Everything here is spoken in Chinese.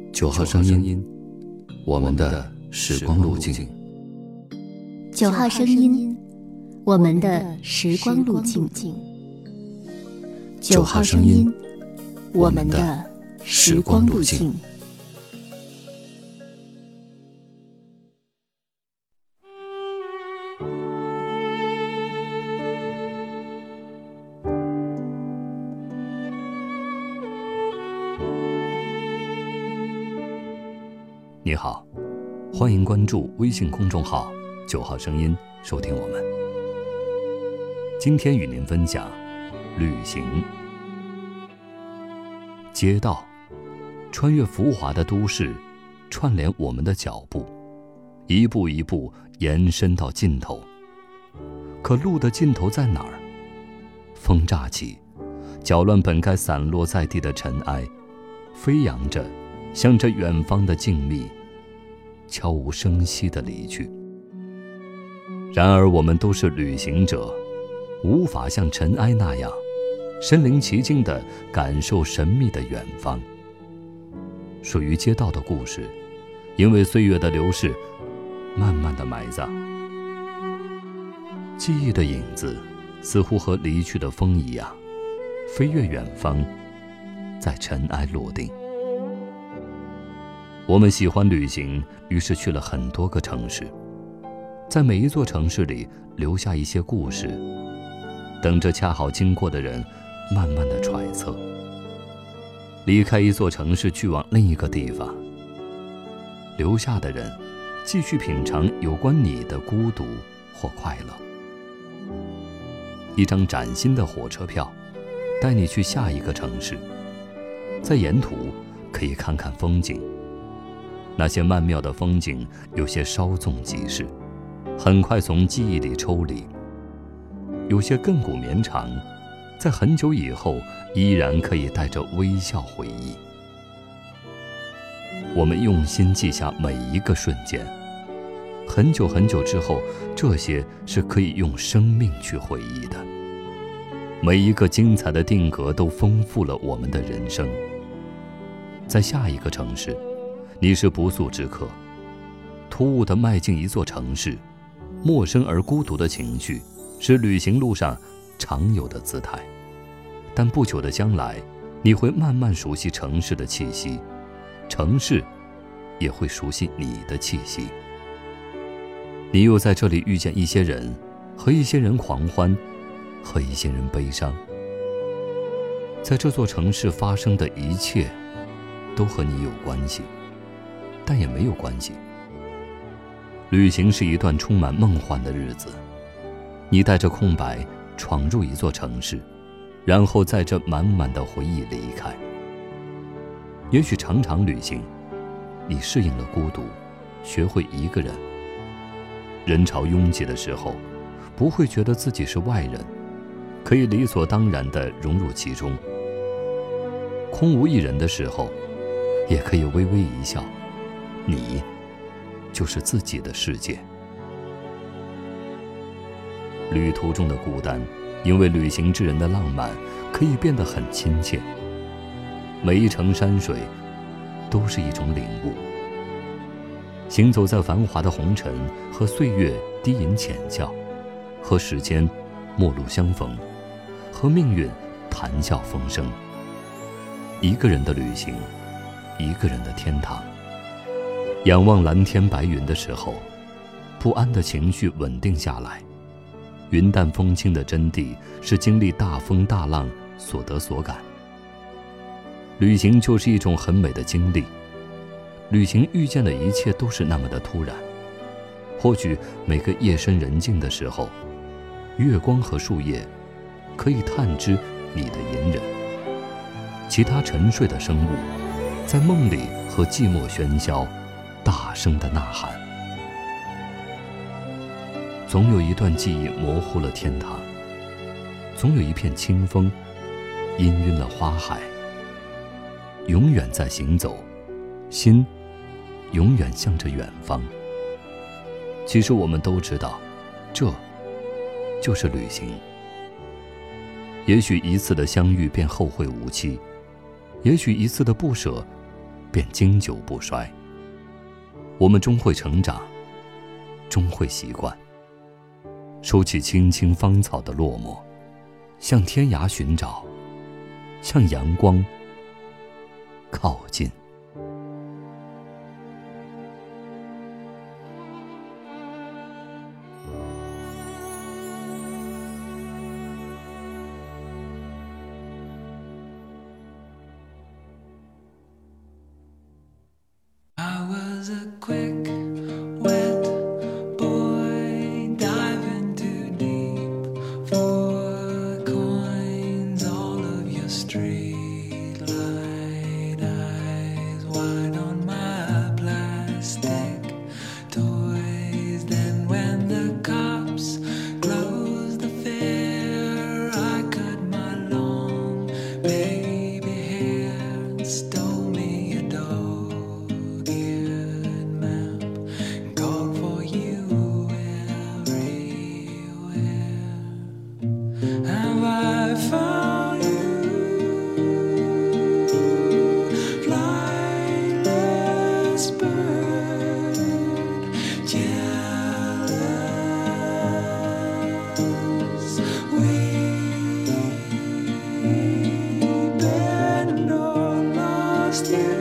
9号声音，我们的时光路径。 9号声音，我们的时光路径。9号声音，我们的时光路径。 你好，欢迎关注微信公众号9号声音，收听我们。今天与您分享旅行。街道穿越浮华的都市，串联我们的脚步，一步一步延伸到尽头。可路的尽头在哪儿？风乍起，搅乱本该散落在地的尘埃，飞扬着向着远方的静谧，悄无声息地离去。然而我们都是旅行者，无法像尘埃那样身临其境地感受神秘的远方。属于街道的故事，因为岁月的流逝，慢慢地埋葬。记忆的影子似乎和离去的风一样，飞越远方，在尘埃落定。我们喜欢旅行，于是去了很多个城市，在每一座城市里留下一些故事，等着恰好经过的人慢慢的揣测。离开一座城市去往另一个地方，留下的人继续品尝有关你的孤独或快乐。一张崭新的火车票，带你去下一个城市，在沿途可以看看风景。那些曼妙的风景有些稍纵即逝，很快从记忆里抽离；有些亘古绵长，在很久以后依然可以带着微笑回忆。我们用心记下每一个瞬间，很久很久之后，这些是可以用生命去回忆的。每一个精彩的定格都丰富了我们的人生。在下一个城市，你是不速之客，突兀地迈进一座城市，陌生而孤独的情绪是旅行路上常有的姿态。但不久的将来，你会慢慢熟悉城市的气息，城市也会熟悉你的气息。你又在这里遇见一些人，和一些人狂欢，和一些人悲伤。在这座城市发生的一切都和你有关系，但也没有关系。旅行是一段充满梦幻的日子，你带着空白闯入一座城市，然后在这满满的回忆离开。也许常常旅行，你适应了孤独，学会一个人。人潮拥挤的时候，不会觉得自己是外人，可以理所当然地融入其中。空无一人的时候，也可以微微一笑，你就是自己的世界。旅途中的孤单，因为旅行之人的浪漫，可以变得很亲切。每一程山水都是一种领悟。行走在繁华的红尘，和岁月低吟浅笑，和时间陌路相逢，和命运谈笑风生。一个人的旅行，一个人的天堂。仰望蓝天白云的时候，不安的情绪稳定下来。云淡风轻的真谛，是经历大风大浪所得所感。旅行就是一种很美的经历，旅行遇见的一切都是那么的突然。或许每个夜深人静的时候，月光和树叶可以探知你的隐忍。其他沉睡的生物在梦里和寂寞喧嚣大声的呐喊。总有一段记忆模糊了天堂，总有一片清风氤氲了花海。永远在行走，心永远向着远方。其实我们都知道，这就是旅行。也许一次的相遇便后会无期，也许一次的不舍便经久不衰。我们终会成长，终会习惯，收起青青芳草的落寞，向天涯寻找，向阳光靠近。 I was a quick, wet boy, diving too deep for coins. All of your street light eyes wide on my plastic toys. Then when the cops closed the fair, I cut my long baby hair and stole me a dog. Have I found you, flightless bird, jealous, weeping or lost you?